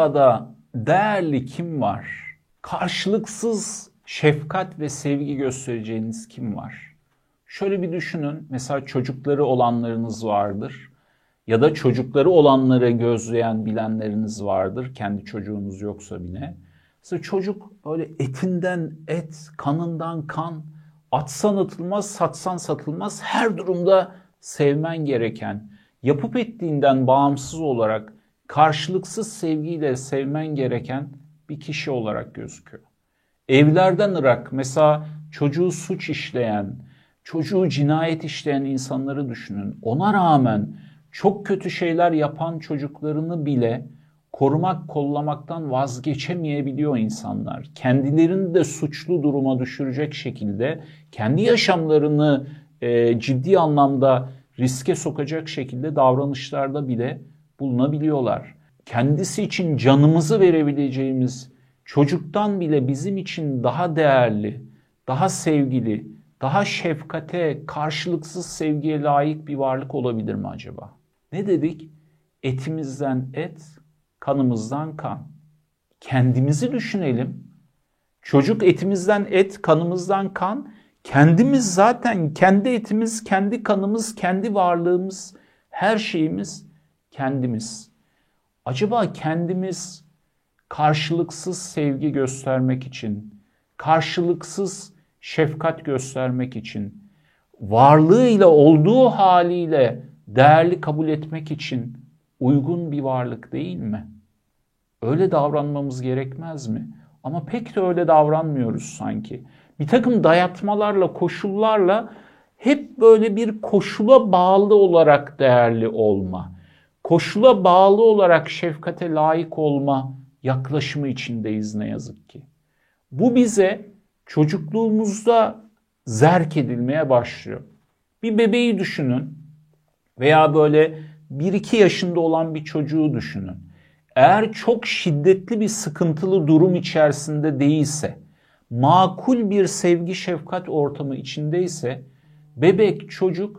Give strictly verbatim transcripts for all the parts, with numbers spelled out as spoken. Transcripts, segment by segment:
dünyada değerli kim var? Karşılıksız şefkat ve sevgi göstereceğiniz kim var? Şöyle bir düşünün. Mesela çocukları olanlarınız vardır. Ya da çocukları olanları gözleyen bilenleriniz vardır. Kendi çocuğunuz yoksa bile. Mesela çocuk böyle etinden et, kanından kan, atsan atılmaz, satsan satılmaz, her durumda sevmen gereken, yapıp ettiğinden bağımsız olarak karşılıksız sevgiyle sevmen gereken bir kişi olarak gözüküyor. Evlerden ırak, mesela çocuğu suç işleyen, çocuğu cinayet işleyen insanları düşünün. Ona rağmen çok kötü şeyler yapan çocuklarını bile korumak, kollamaktan vazgeçemeyebiliyor insanlar. Kendilerini de suçlu duruma düşürecek şekilde, kendi yaşamlarını e, ciddi anlamda riske sokacak şekilde davranışlarda bile bulunabiliyorlar. Kendisi için canımızı verebileceğimiz çocuktan bile bizim için daha değerli, daha sevgili, daha şefkate, karşılıksız sevgiye layık bir varlık olabilir mi acaba? Ne dedik? Etimizden et, kanımızdan kan. Kendimizi düşünelim. Çocuk etimizden et, kanımızdan kan. Kendimiz zaten kendi etimiz, kendi kanımız, kendi varlığımız, her şeyimiz kendimiz. Acaba kendimiz karşılıksız sevgi göstermek için, karşılıksız şefkat göstermek için, varlığıyla olduğu haliyle değerli kabul etmek için uygun bir varlık değil mi? Öyle davranmamız gerekmez mi? Ama pek de öyle davranmıyoruz sanki. Bir takım dayatmalarla, koşullarla hep böyle bir koşula bağlı olarak değerli olma, koşula bağlı olarak şefkate layık olma yaklaşımı içindeyiz ne yazık ki. Bu bize çocukluğumuzda zerk edilmeye başlıyor. Bir bebeği düşünün veya böyle bir iki yaşında olan bir çocuğu düşünün. Eğer çok şiddetli bir sıkıntılı durum içerisinde değilse, makul bir sevgi şefkat ortamı içindeyse, bebek çocuk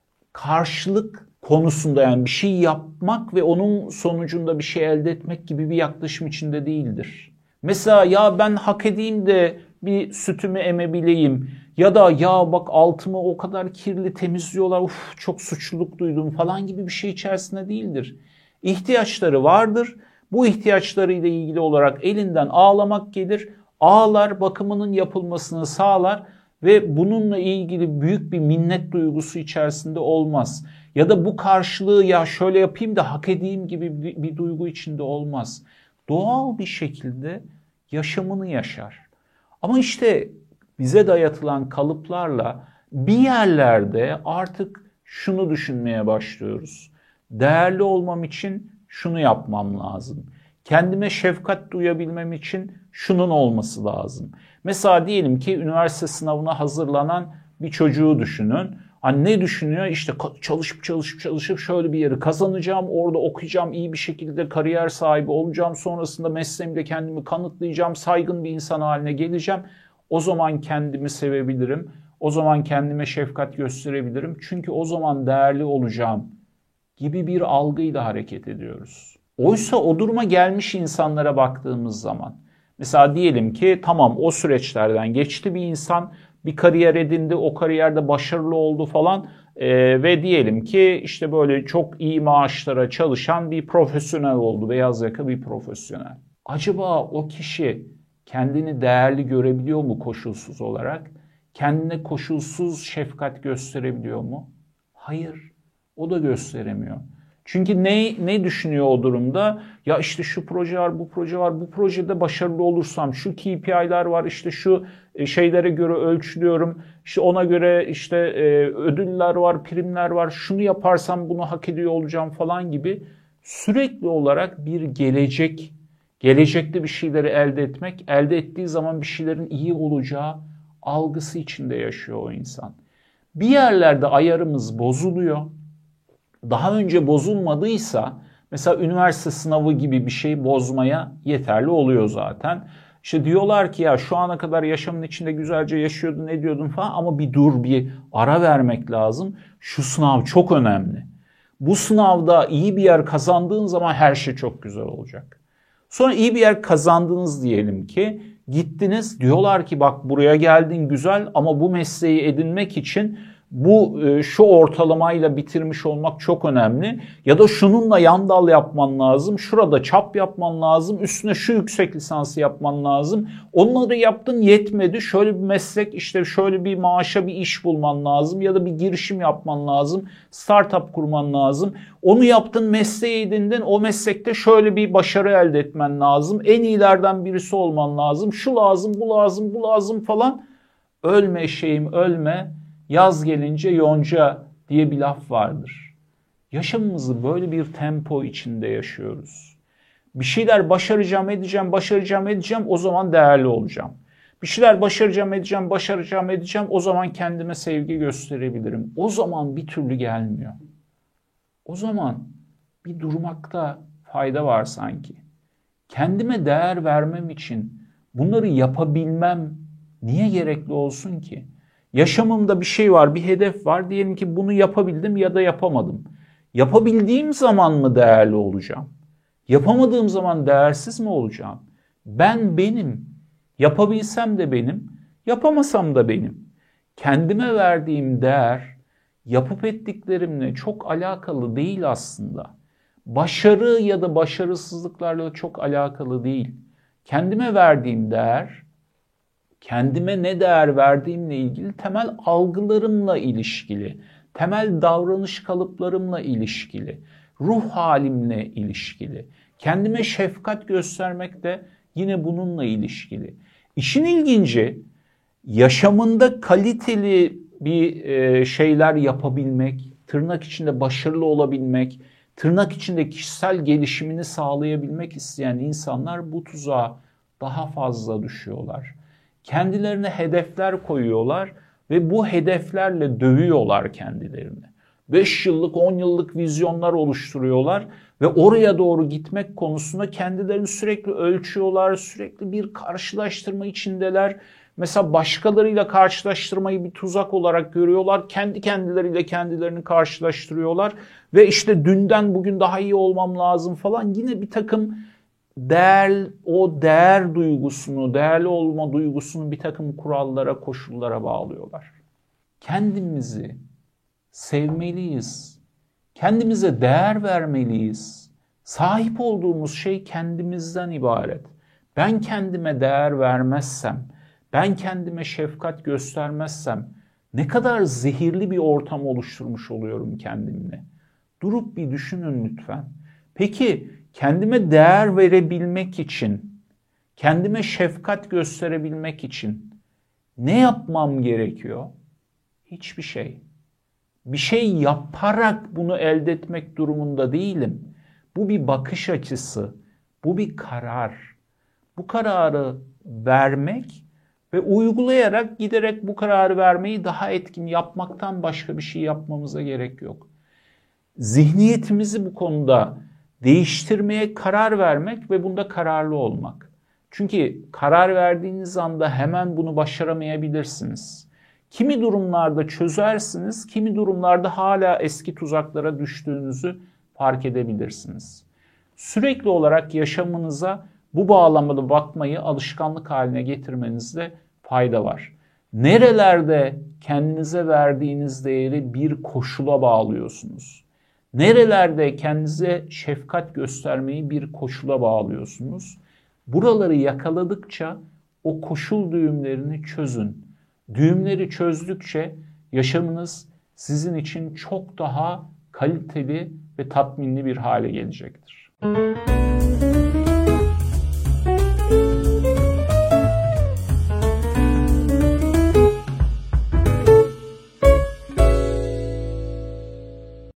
karşılık konusunda, yani bir şey yapmak ve onun sonucunda bir şey elde etmek gibi bir yaklaşım içinde değildir. Mesela ya ben hak edeyim de bir sütümü emebileyim ya da ya bak altımı o kadar kirli temizliyorlar, uf çok suçluluk duydum falan gibi bir şey içerisinde değildir. İhtiyaçları vardır. Bu ihtiyaçlarıyla ilgili olarak elinden ağlamak gelir. Ağlar, bakımının yapılmasını sağlar ve bununla ilgili büyük bir minnet duygusu içerisinde olmaz. Ya da bu karşılığı ya şöyle yapayım da hak edeyim gibi bir, bir duygu içinde olmaz. Doğal bir şekilde yaşamını yaşar. Ama işte bize dayatılan kalıplarla bir yerlerde artık şunu düşünmeye başlıyoruz. Değerli olmam için şunu yapmam lazım. Kendime şefkat duyabilmem için şunun olması lazım. Mesela diyelim ki üniversite sınavına hazırlanan bir çocuğu düşünün. Hani ne düşünüyor? İşte çalışıp çalışıp çalışıp şöyle bir yeri kazanacağım, orada okuyacağım, iyi bir şekilde kariyer sahibi olacağım, sonrasında mesleğimde kendimi kanıtlayacağım, saygın bir insan haline geleceğim. O zaman kendimi sevebilirim, o zaman kendime şefkat gösterebilirim. Çünkü o zaman değerli olacağım gibi bir algıyla hareket ediyoruz. Oysa o duruma gelmiş insanlara baktığımız zaman, mesela diyelim ki tamam o süreçlerden geçti bir insan, bir kariyer edindi, o kariyerde başarılı oldu falan ee, ve diyelim ki işte böyle çok iyi maaşlara çalışan bir profesyonel oldu, beyaz yaka bir profesyonel. Acaba o kişi kendini değerli görebiliyor mu koşulsuz olarak? Kendine koşulsuz şefkat gösterebiliyor mu? Hayır, o da gösteremiyor. Çünkü ne, ne düşünüyor o durumda? Ya işte şu proje var, bu proje var, bu projede başarılı olursam şu K P I'ler var, işte şu şeylere göre ölçülüyorum, işte ona göre işte e, ödüller var, primler var, şunu yaparsam bunu hak ediyor olacağım falan gibi sürekli olarak bir gelecek, gelecekte bir şeyleri elde etmek, elde ettiği zaman bir şeylerin iyi olacağı algısı içinde yaşıyor o insan. Bir yerlerde ayarımız bozuluyor. Daha önce bozulmadıysa mesela üniversite sınavı gibi bir şey bozmaya yeterli oluyor zaten. İşte diyorlar ki ya şu ana kadar yaşamın içinde güzelce yaşıyordun, ediyordun falan ama bir dur, bir ara vermek lazım. Şu sınav çok önemli. Bu sınavda iyi bir yer kazandığın zaman her şey çok güzel olacak. Sonra iyi bir yer kazandınız diyelim ki. Gittiniz, diyorlar ki bak buraya geldin güzel ama bu mesleği edinmek için bu şu ortalamayla bitirmiş olmak çok önemli. Ya da şununla yan dal yapman lazım, şurada çap yapman lazım, üstüne şu yüksek lisansı yapman lazım. Onları yaptın yetmedi, şöyle bir meslek, işte şöyle bir maaşa bir iş bulman lazım ya da bir girişim yapman lazım, startup kurman lazım. Onu yaptın, mesleği edindin, o meslekte şöyle bir başarı elde etmen lazım, en iyilerden birisi olman lazım, şu lazım, bu lazım, bu lazım falan. Ölme eşeğim ölme. Yaz gelince yonca diye bir laf vardır. Yaşamımızı böyle bir tempo içinde yaşıyoruz. Bir şeyler başaracağım, edeceğim, başaracağım, edeceğim, o zaman değerli olacağım. Bir şeyler başaracağım, edeceğim, başaracağım, edeceğim, o zaman kendime sevgi gösterebilirim. O zaman bir türlü gelmiyor. O zaman bir durmakta fayda var sanki. Kendime değer vermem için bunları yapabilmem niye gerekli olsun ki? Yaşamımda bir şey var, bir hedef var. Diyelim ki bunu yapabildim ya da yapamadım. Yapabildiğim zaman mı değerli olacağım? Yapamadığım zaman değersiz mi olacağım? Ben benim. Yapabilsem de benim, yapamasam da benim. Kendime verdiğim değer yapıp ettiklerimle çok alakalı değil aslında. Başarı ya da başarısızlıklarla çok alakalı değil. Kendime verdiğim değer, kendime ne değer verdiğimle ilgili temel algılarımla ilişkili, temel davranış kalıplarımla ilişkili, ruh halimle ilişkili. Kendime şefkat göstermek de yine bununla ilişkili. İşin ilginci, yaşamında kaliteli bir şeyler yapabilmek, tırnak içinde başarılı olabilmek, tırnak içinde kişisel gelişimini sağlayabilmek isteyen insanlar bu tuzağa daha fazla düşüyorlar. Kendilerine hedefler koyuyorlar ve bu hedeflerle dövüyorlar kendilerini. beş yıllık, on yıllık vizyonlar oluşturuyorlar ve oraya doğru gitmek konusunda kendilerini sürekli ölçüyorlar, sürekli bir karşılaştırma içindeler. Mesela başkalarıyla karşılaştırmayı bir tuzak olarak görüyorlar. Kendi kendileriyle kendilerini karşılaştırıyorlar ve işte dünden bugün daha iyi olmam lazım falan. Yine bir takım değer, o değer duygusunu, değerli olma duygusunu bir takım kurallara, koşullara bağlıyorlar. Kendimizi sevmeliyiz. Kendimize değer vermeliyiz. Sahip olduğumuz şey kendimizden ibaret. Ben kendime değer vermezsem, ben kendime şefkat göstermezsem ne kadar zehirli bir ortam oluşturmuş oluyorum kendimle. Durup bir düşünün lütfen. Peki kendime değer verebilmek için, kendime şefkat gösterebilmek için ne yapmam gerekiyor? Hiçbir şey. Bir şey yaparak bunu elde etmek durumunda değilim. Bu bir bakış açısı, bu bir karar. Bu kararı vermek ve uygulayarak giderek bu kararı vermeyi daha etkin yapmaktan başka bir şey yapmamıza gerek yok. Zihniyetimizi bu konuda değiştirmeye karar vermek ve bunda kararlı olmak. Çünkü karar verdiğiniz anda hemen bunu başaramayabilirsiniz. Kimi durumlarda çözersiniz, kimi durumlarda hala eski tuzaklara düştüğünüzü fark edebilirsiniz. Sürekli olarak yaşamınıza bu bağlamda bakmayı alışkanlık haline getirmenizde fayda var. Nerelerde kendinize verdiğiniz değeri bir koşula bağlıyorsunuz? Nerelerde kendinize şefkat göstermeyi bir koşula bağlıyorsunuz? Buraları yakaladıkça o koşul düğümlerini çözün. Düğümleri çözdükçe yaşamınız sizin için çok daha kaliteli ve tatminli bir hale gelecektir. Müzik